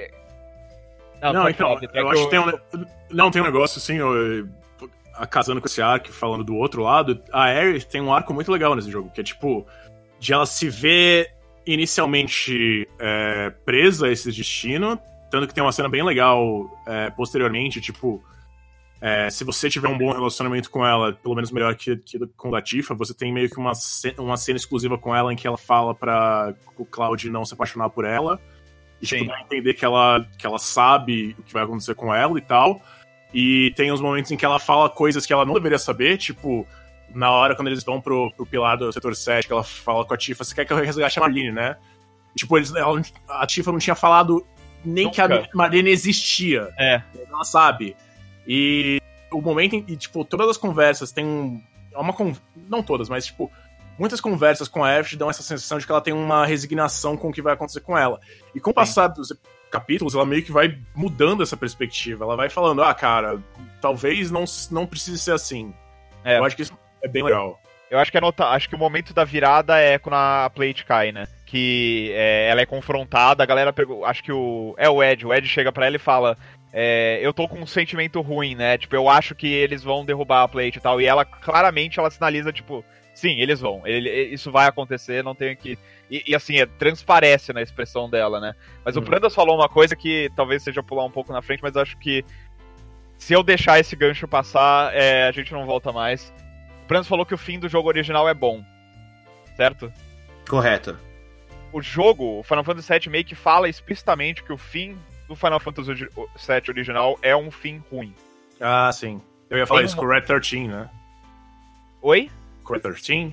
eu acho que tem um negócio, assim, casando com esse arco, falando do outro lado, a Aerith tem um arco muito legal nesse jogo, que é, tipo, de ela se ver inicialmente presa a esse destino, tanto que tem uma cena bem legal posteriormente, tipo... se você tiver um bom relacionamento com ela, pelo menos melhor que com a Tifa, você tem meio que uma cena exclusiva com ela em que ela fala pra o Cloud não se apaixonar por ela. E tipo, dá a entender que ela sabe o que vai acontecer com ela e tal. E tem uns momentos em que ela fala coisas que ela não deveria saber, tipo, na hora quando eles vão pro pilar do Setor 7, que ela fala com a Tifa, você quer que eu resgate a Marlene, né? E, tipo, a Tifa não tinha falado nem nunca. Que a Marlene existia. Ela sabe. E o momento em que, tipo, todas as conversas tem não todas, mas, tipo, muitas conversas com a Aerith dão essa sensação de que ela tem uma resignação com o que vai acontecer com ela. E com o passar dos capítulos, ela meio que vai mudando essa perspectiva. Ela vai falando, cara, talvez não precise ser assim. Eu acho que isso é bem legal. Eu acho que o momento da virada é quando a Plate cai, né? Que ela é confrontada, a galera pegou. Acho que o Ed chega pra ela e fala: eu tô com um sentimento ruim, né? Tipo, eu acho que eles vão derrubar a Plate e tal. E ela, claramente, ela sinaliza, tipo, sim, eles vão. Isso vai acontecer, não tenho que... E assim, transparece na expressão dela, né? Mas o Prandas falou uma coisa que talvez seja pular um pouco na frente, mas eu acho que se eu deixar esse gancho passar, a gente não volta mais. O Franz falou que o fim do jogo original é bom, certo? Correto. O jogo, o Final Fantasy VII meio que fala explicitamente que o fim do Final Fantasy VII original é um fim ruim. Ah, sim. Eu ia falar isso com o Red 13, né? Oi? Com o Red 13?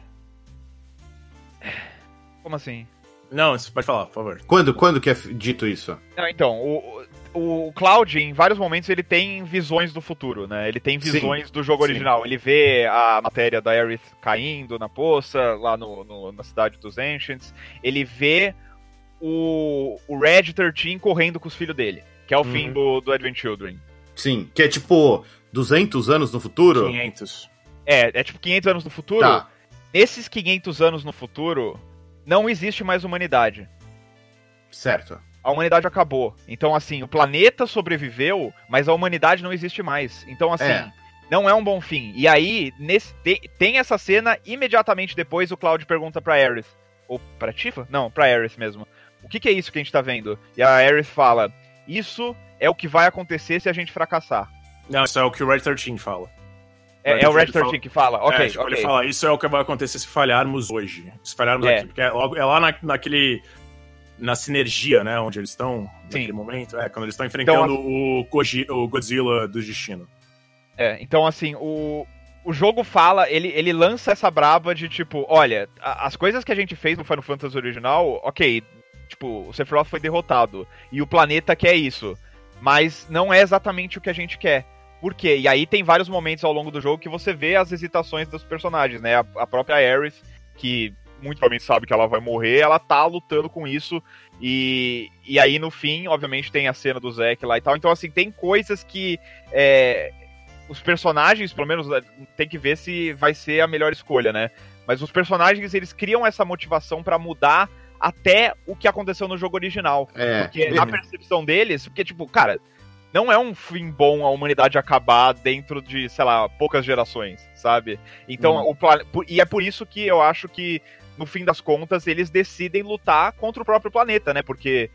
Como assim? Não, você pode falar, por favor. Quando que é dito isso? Não, então, o Cloud, em vários momentos, ele tem visões do futuro, né? Ele tem visões do jogo original. Ele vê a matéria da Aerith caindo na poça, lá na cidade dos Ancients. Ele vê o Red 13 correndo com os filhos dele, que é o fim do Advent Children. Sim, que é tipo 200 anos no futuro? 500. É tipo 500 anos no futuro. Tá. Nesses 500 anos no futuro, não existe mais humanidade. Certo. A humanidade acabou. Então, assim, o planeta sobreviveu, mas a humanidade não existe mais. Então, assim, não é um bom fim. E aí, tem essa cena, imediatamente depois o Cloud pergunta pra Aerith. Ou pra Tifa? Não, pra Aerith mesmo. O que é isso que a gente tá vendo? E a Aerith fala, isso é o que vai acontecer se a gente fracassar. Não, isso é o que o Red 13 fala. É o Red 13 que fala? Ok, ok. Ele fala, isso é o que vai acontecer se falharmos hoje. Se falharmos aqui. Porque é lá na sinergia, né? Onde eles estão naquele momento. Quando eles estão enfrentando então, o Godzilla do destino. Então assim, o jogo fala, ele lança essa braba de tipo, olha, as coisas que a gente fez no Final Fantasy original, ok, tipo, o Sephiroth foi derrotado. E o planeta quer isso. Mas não é exatamente o que a gente quer. Por quê? E aí tem vários momentos ao longo do jogo que você vê as hesitações dos personagens, né? A própria Aerith, que muito provavelmente sabe que ela vai morrer, ela tá lutando com isso. E aí no fim, obviamente, tem a cena do Zack lá e tal. Então, assim, tem coisas que os personagens, pelo menos, tem que ver se vai ser a melhor escolha, né? Mas os personagens, eles criam essa motivação pra mudar até o que aconteceu no jogo original. Porque na percepção deles, porque, tipo, cara, não é um fim bom a humanidade acabar dentro de, sei lá, poucas gerações, sabe? Então, e é por isso que eu acho que, no fim das contas, eles decidem lutar contra o próprio planeta, né? Porque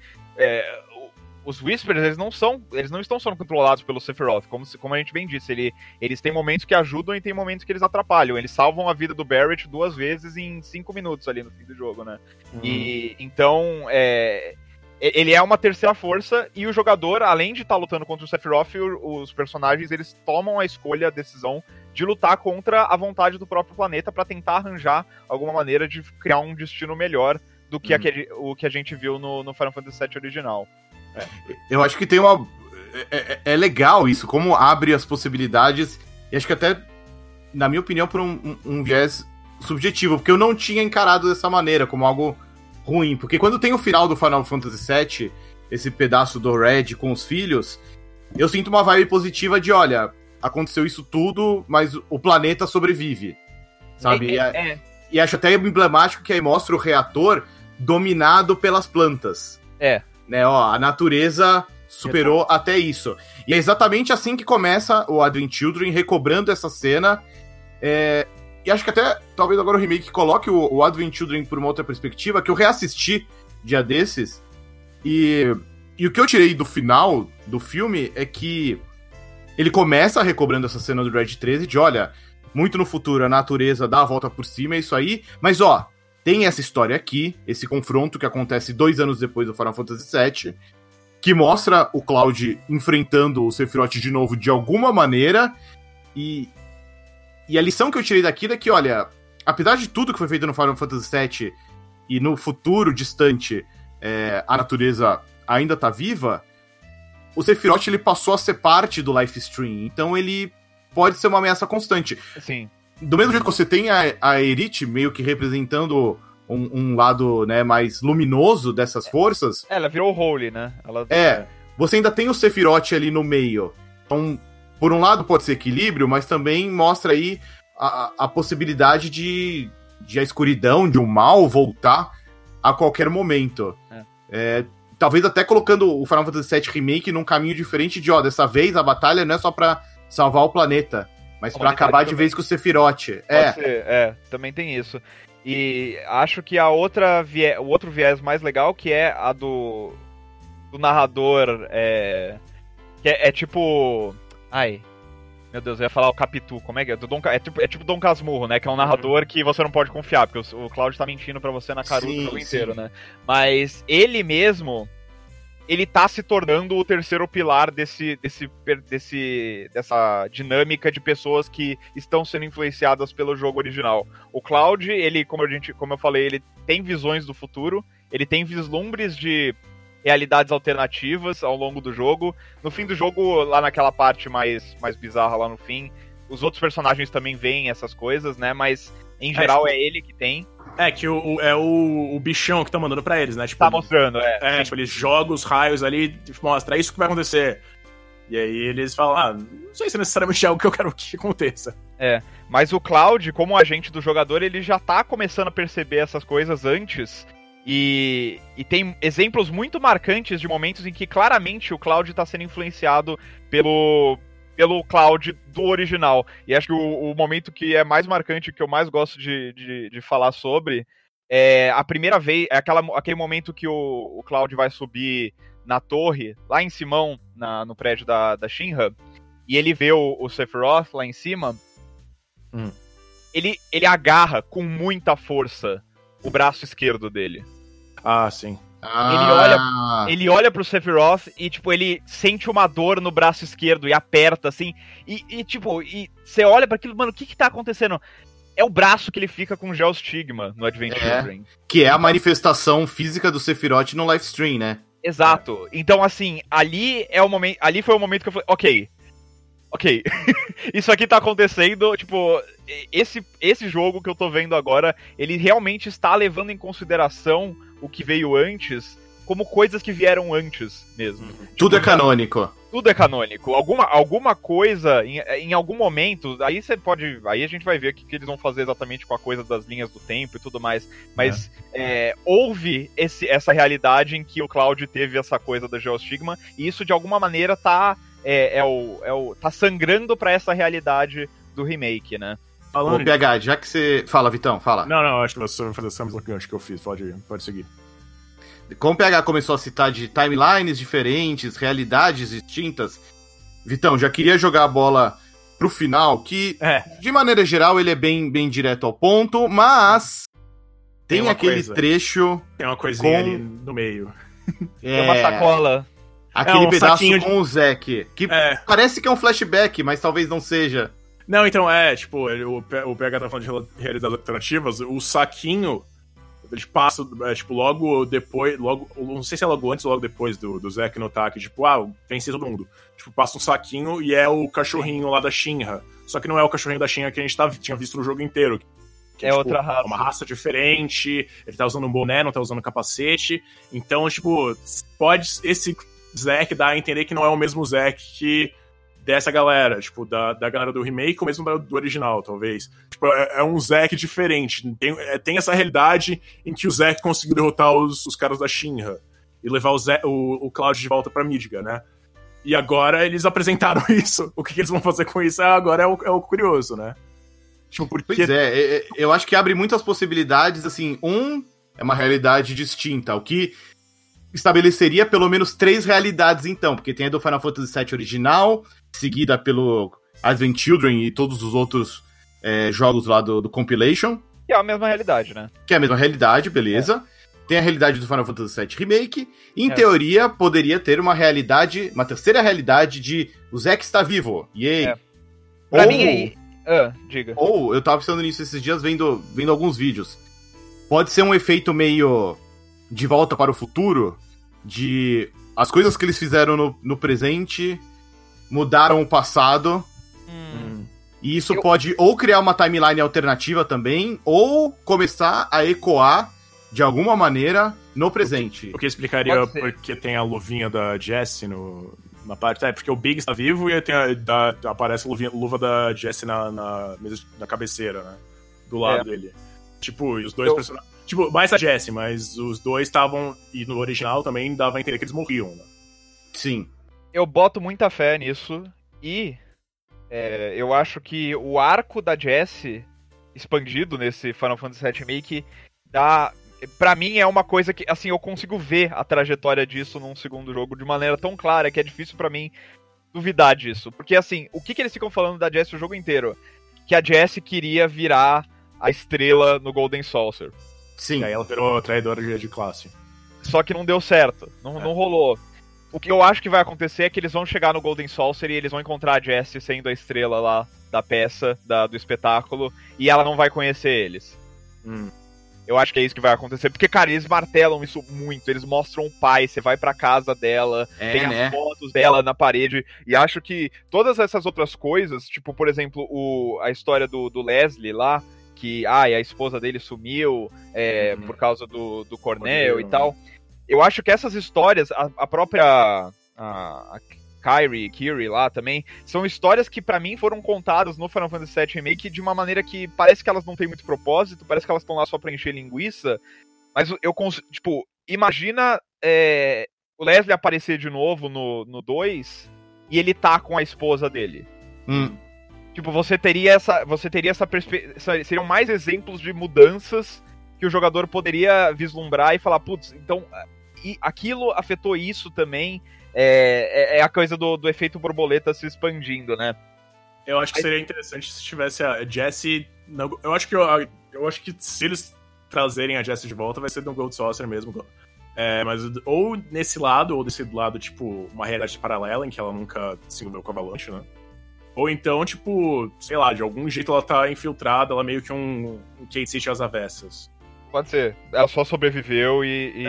os Whispers, eles não estão sendo controlados pelo Sephiroth, como a gente bem disse. Eles têm momentos que ajudam e tem momentos que eles atrapalham. Eles salvam a vida do Barrett 2 vezes em 5 minutos ali no fim do jogo, né? E então, ele é uma terceira força e o jogador, além de estar lutando contra o Sephiroth, os personagens, eles tomam a escolha, a decisão de lutar contra a vontade do próprio planeta pra tentar arranjar alguma maneira de criar um destino melhor do que o que a gente viu no Final Fantasy VII original. Eu acho que tem uma... É legal isso, como abre as possibilidades, e acho que até, na minha opinião, por um viés subjetivo, porque eu não tinha encarado dessa maneira, como algo ruim, porque quando tem o final do Final Fantasy VII, esse pedaço do Red com os filhos, eu sinto uma vibe positiva de, olha, aconteceu isso tudo, mas o planeta sobrevive, sabe? E acho até emblemático que aí mostra o reator dominado pelas plantas. Né, a natureza superou até isso. E é exatamente assim que começa o Advent Children, recobrando essa cena. E acho que até, talvez agora o remake coloque o Advent Children por uma outra perspectiva, que eu reassisti dia desses, e o que eu tirei do final do filme é que ele começa recobrando essa cena do Red 13, de olha, muito no futuro a natureza dá a volta por cima, é isso aí, mas tem essa história aqui, esse confronto que acontece 2 anos depois do Final Fantasy VII, que mostra o Cloud enfrentando o Sephiroth de novo de alguma maneira, e a lição que eu tirei daquilo é que, olha, apesar de tudo que foi feito no Final Fantasy VII, e no futuro distante a natureza ainda tá viva, o Sephiroth ele passou a ser parte do Life Stream, então ele pode ser uma ameaça constante. Sim. Do mesmo jeito que você tem a Aerith meio que representando um lado, né, mais luminoso dessas forças... Ela virou Holy, né? Você ainda tem o Sephiroth ali no meio. Então, por um lado pode ser equilíbrio, mas também mostra aí a possibilidade de a escuridão, de um mal voltar a qualquer momento. Talvez até colocando o Final Fantasy VII Remake num caminho diferente de, dessa vez a batalha não é só pra salvar o planeta, mas pra acabar de vez com o Sephiroth. Pode ser, também tem isso. E acho que o outro viés mais legal, que é a do narrador, que é tipo... Ai. Meu Deus, eu ia falar o Capitu, como é que é? É tipo Dom Casmurro, né? Que é um narrador que você não pode confiar, porque o Cloud tá mentindo pra você na caruda o jogo inteiro, né? Mas ele mesmo, ele tá se tornando o terceiro pilar dessa dinâmica de pessoas que estão sendo influenciadas pelo jogo original. O Cloud, ele, como eu falei, ele tem visões do futuro, ele tem vislumbres de realidades alternativas ao longo do jogo. No fim do jogo, lá naquela parte mais bizarra lá no fim, os outros personagens também veem essas coisas, né? Mas, em geral, é ele que tem. É, que o bichão que tá mandando pra eles, né? Tipo, tá mostrando, tipo, ele joga os raios ali e mostra, é isso que vai acontecer. E aí eles falam, não sei se necessariamente é algo que eu quero que aconteça. Mas o Cloud, como agente do jogador, ele já tá começando a perceber essas coisas antes. E tem exemplos muito marcantes de momentos em que claramente o Cloud tá sendo influenciado pelo Cloud do original. E acho que o momento que é mais marcante, que eu mais gosto de falar sobre, é a primeira vez, é aquele momento que o Cloud vai subir na torre, lá em Simão, no prédio da Shinra, e ele vê o Sephiroth lá em cima. Ele agarra com muita força o braço esquerdo dele. Ah, sim. Ele olha pro Sephiroth e, tipo, ele sente uma dor no braço esquerdo e aperta, assim. E tipo, você olha pra aquilo, mano, o que tá acontecendo? É o braço que ele fica com Geostigma no Advent Children. Que é a manifestação física do Sephiroth no live stream, né? Exato. Então, assim, ali foi o momento que eu falei, ok, isso aqui tá acontecendo, tipo, esse jogo que eu tô vendo agora, ele realmente está levando em consideração o que veio antes, como coisas que vieram antes mesmo. Tudo é canônico. Tudo é canônico. Alguma coisa, em algum momento, aí a gente vai ver o que eles vão fazer exatamente com a coisa das linhas do tempo e tudo mais, mas houve essa realidade em que o Cloud teve essa coisa da Geostigma, e isso de alguma maneira tá sangrando pra essa realidade do remake, né? Ô, PH, já que você... Fala, Vitão, fala. Não, acho que você vai fazer essa mesma gancho que eu fiz, pode seguir. Como o PH começou a citar de timelines diferentes, realidades distintas, Vitão, já queria jogar a bola pro final, que, de maneira geral, ele é bem direto ao ponto, mas tem aquele trecho... Tem uma coisinha ali no meio. Tem uma sacola. Aquele pedaço com o Zack, que parece que é um flashback, mas talvez não seja. Não, então tipo, o PH tá falando de realidades alternativas, o saquinho, ele passa, tipo, logo depois, não sei se é logo antes ou logo depois do Zack notar que, tipo, vencer todo mundo. Tipo, passa um saquinho e é o cachorrinho lá da Shinra. Só que não é o cachorrinho da Shinra que a gente tinha visto no jogo inteiro. Que é tipo, outra raça. É uma raça diferente, ele tá usando um boné, não tá usando capacete. Então, tipo, esse Zack dá a entender que não é o mesmo Zack que dessa galera, tipo, da galera do remake ou mesmo do original, talvez. Tipo, é um Zack diferente. Tem essa realidade em que o Zack conseguiu derrotar os caras da Shinra e levar o Cloud de volta pra Midgar, né? E agora eles apresentaram isso. O que eles vão fazer com isso agora é o curioso, né? Tipo, porque... Pois eu acho que abre muitas possibilidades, assim, é uma realidade distinta, o que estabeleceria pelo menos 3 realidades, então, porque tem a do Final Fantasy VII original, seguida pelo Advent Children e todos os outros jogos lá do Compilation. Que é a mesma realidade, né? Que é a mesma realidade, beleza. Tem a realidade do Final Fantasy VII Remake. Em teoria, poderia ter uma terceira realidade de o Zack está vivo. Yay! Pra mim aí... diga. Ou, eu tava pensando nisso esses dias, vendo alguns vídeos. Pode ser um efeito meio de volta para o futuro, de as coisas que eles fizeram no presente mudaram o passado. E isso pode ou criar uma timeline alternativa também, ou começar a ecoar de alguma maneira no presente. O que explicaria porque tem a luvinha da Jessie na parte... porque o Big está vivo e aparece a luva da Jessie na cabeceira, né? Do lado dele. Tipo, e os dois personagens... Tipo, mais a Jessie, mas os dois estavam... E no original também dava a entender que eles morriam, né? Sim. Eu boto muita fé nisso e... eu acho que o arco da Jessie expandido nesse Final Fantasy VII Remake pra mim é uma coisa que, assim, eu consigo ver a trajetória disso num segundo jogo de maneira tão clara que é difícil pra mim duvidar disso. Porque, assim, o que eles ficam falando da Jessie o jogo inteiro? Que a Jessie queria virar a estrela no Golden Saucer. Sim. E aí ela virou traidora de classe. Só que não deu certo. Não rolou. O que eu acho que vai acontecer é que eles vão chegar no Golden Saucer e eles vão encontrar a Jessie sendo a estrela lá da peça, do espetáculo, e ela não vai conhecer eles. Eu acho que é isso que vai acontecer, porque, cara, eles martelam isso muito, eles mostram o pai, você vai pra casa dela, tem as fotos dela na parede, e acho que todas essas outras coisas, tipo, por exemplo, a história do Leslie lá, que, a esposa dele sumiu por causa do Cornel e tal, eu acho que essas histórias, a própria a Kiri lá também, são histórias que pra mim foram contadas no Final Fantasy VII Remake de uma maneira que parece que elas não têm muito propósito, parece que elas estão lá só pra encher linguiça, mas eu consigo, tipo, imagina o Leslie aparecer de novo no 2 e ele tá com a esposa dele. Tipo, você teria essa perspectiva, seriam mais exemplos de mudanças que o jogador poderia vislumbrar e falar, putz, então aquilo afetou isso também. É a coisa do efeito borboleta se expandindo, né? Eu acho que seria interessante se tivesse a Jessie. Eu acho que se eles trazerem a Jessie de volta, vai ser no Gold Saucer mesmo. Mas ou nesse lado, ou desse lado, tipo, uma realidade paralela em que ela nunca se envolveu com a Avalanche, né? Ou então, tipo, sei lá, de algum jeito ela tá infiltrada, ela meio que um Kate City às avessas. Pode ser. Ela só sobreviveu e...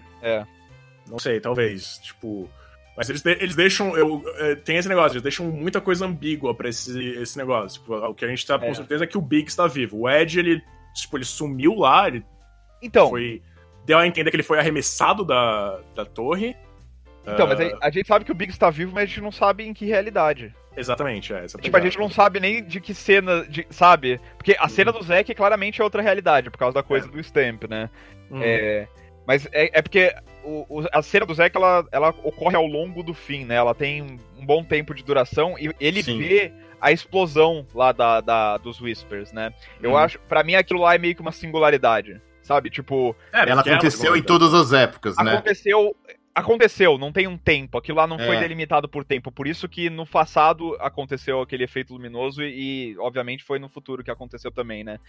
Não sei, talvez. Tipo... Mas eles deixam... tem esse negócio, eles deixam muita coisa ambígua pra esse negócio. Tipo, o que a gente sabe com certeza é que o Biggs tá vivo. O Ed, ele sumiu lá, então, deu a entender que ele foi arremessado da torre. Então, mas a gente sabe que o Biggs tá vivo, mas a gente não sabe em que realidade. Exatamente, Tipo, a gente não sabe nem de que cena, sabe? Porque a cena do Zack claramente é outra realidade, por causa da coisa do Stamp, né? Mas é porque a cena do Zack, ela ocorre ao longo do fim, né? Ela tem um bom tempo de duração e ele vê a explosão lá dos Whispers, né? Eu acho, pra mim aquilo lá é meio que uma singularidade, sabe? Tipo... ela aconteceu em todas as épocas, né? Aconteceu, não tem um tempo, aquilo lá não foi delimitado por tempo, por isso que no passado aconteceu aquele efeito luminoso e obviamente foi no futuro que aconteceu também, né?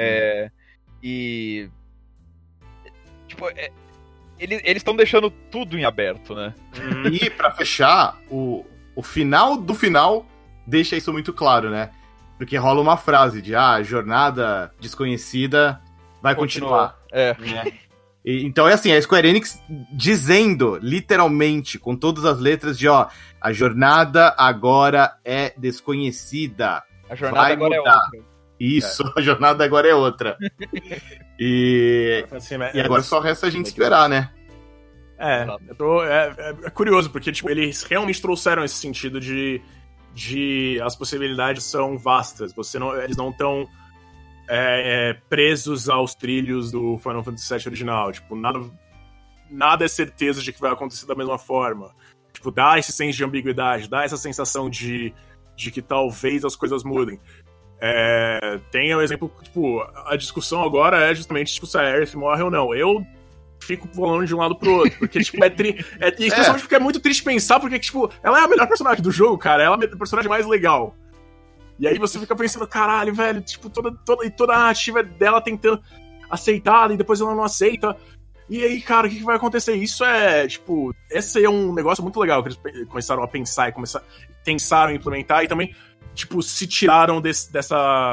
E... Tipo, eles estão deixando tudo em aberto, né? E pra fechar, o final do final deixa isso muito claro, né? Porque rola uma frase de, a jornada desconhecida vai continuar. Então é assim, a Square Enix dizendo, literalmente, com todas as letras de, a jornada agora é desconhecida. A jornada agora é outra. Isso, a jornada agora é outra. E agora só resta a gente esperar, né? É curioso, porque tipo, eles realmente trouxeram esse sentido de as possibilidades são vastas. Eles não estão presos aos trilhos do Final Fantasy VII original. Tipo, nada é certeza de que vai acontecer da mesma forma. Tipo, dá esse senso de ambiguidade, dá essa sensação de que talvez as coisas mudem. Tem o exemplo, tipo, a discussão agora é justamente tipo, se a Aerith morre ou não. Eu fico pulando de um lado pro outro, porque, tipo, especialmente porque é muito triste pensar, porque, tipo, ela é a melhor personagem do jogo, cara, ela é a personagem mais legal. E aí você fica pensando, caralho, velho, tipo, toda a narrativa dela tentando aceitar, e depois ela não aceita. E aí, cara, o que vai acontecer? Isso tipo, esse é um negócio muito legal que eles começaram a pensar e pensaram em implementar, e também, tipo, se tiraram dessas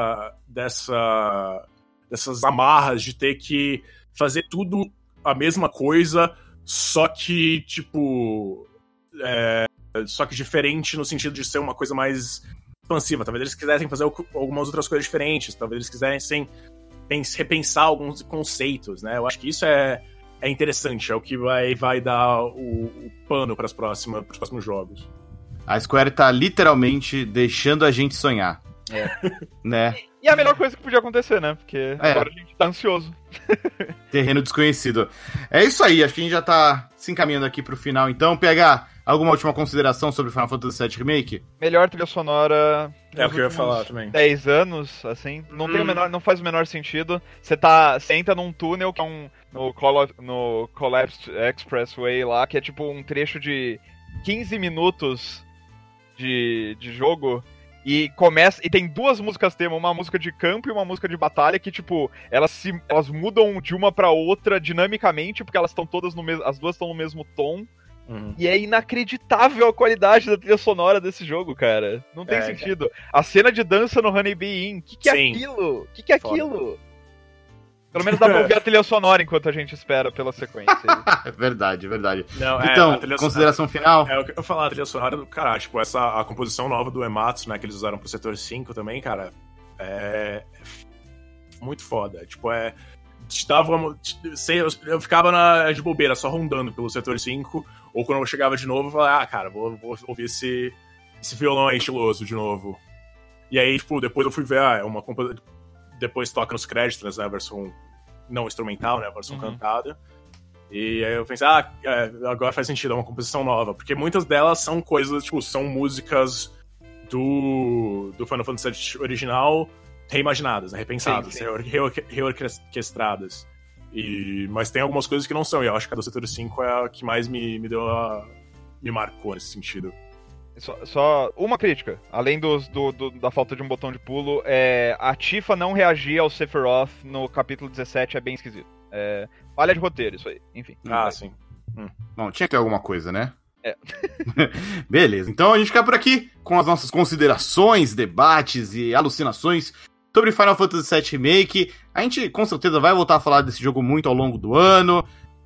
amarras de ter que fazer tudo a mesma coisa, só que, tipo, só que diferente no sentido de ser uma coisa mais expansiva. Talvez eles quisessem fazer algumas outras coisas diferentes, talvez eles quisessem repensar alguns conceitos, né? Eu acho que isso é interessante, é o que vai dar o pano para os próximos jogos. A Square tá literalmente deixando a gente sonhar. Né? E é a melhor coisa que podia acontecer, né? Porque agora a gente tá ansioso. Terreno desconhecido. É isso aí, acho que a gente já tá se encaminhando aqui pro final, então. PH, alguma última consideração sobre Final Fantasy VII Remake? Melhor trilha sonora... É o que eu ia falar também. 10 anos, assim, não faz o menor sentido. Você entra num túnel que é no Collapsed Expressway lá, que é tipo um trecho de 15 minutos de jogo. E começa. E tem duas músicas tema, uma música de campo e uma música de batalha, que, tipo, elas mudam de uma pra outra dinamicamente, porque elas estão todas no mesmo. As duas estão no mesmo tom. E é inacreditável a qualidade da trilha sonora desse jogo, cara. Não tem sentido. A cena de dança no Honey Bee Inn, que é aquilo? Que é aquilo? Pelo menos dá pra ouvir a trilha sonora enquanto a gente espera pela sequência. Verdade. Não, então, consideração final? É o que eu falar, a trilha sonora do caralho, tipo, a composição nova do Ematsu, né, que eles usaram pro Setor 5 também, cara, é muito foda. Tipo, eu ficava de bobeira, só rondando pelo Setor 5, ou quando eu chegava de novo, eu falava, cara, vou ouvir esse violão aí estiloso de novo. E aí, tipo, depois eu fui ver, depois toca nos créditos, né, a versão não instrumental, né, a versão cantada. E aí eu pensei, agora faz sentido, é uma composição nova. Porque muitas delas são coisas, tipo, são músicas do Final Fantasy VII original reimaginadas, né, repensadas, reorquestradas. Mas tem algumas coisas que não são, e eu acho que a do Setor 5 é a que mais me marcou nesse sentido. Só uma crítica, além da falta de um botão de pulo, a Tifa não reagir ao Sephiroth no capítulo 17 é bem esquisito. Falha de roteiro, isso aí, enfim. Sim. Bom, tinha que ter alguma coisa, né? Beleza, então a gente fica por aqui com as nossas considerações, debates e alucinações sobre Final Fantasy VII Remake. A gente com certeza vai voltar a falar desse jogo muito ao longo do ano.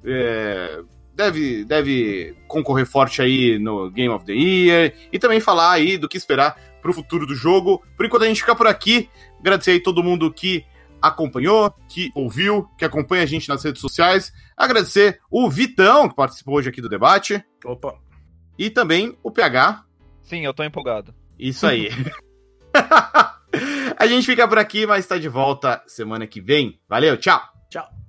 Deve concorrer forte aí no Game of the Year e também falar aí do que esperar pro futuro do jogo. Por enquanto a gente fica por aqui. Agradecer aí todo mundo que acompanhou, que ouviu, que acompanha a gente nas redes sociais. Agradecer o Vitão, que participou hoje aqui do debate. Opa! E também o PH. Sim, eu tô empolgado. Isso aí. A gente fica por aqui, mas tá de volta semana que vem. Valeu, tchau! Tchau!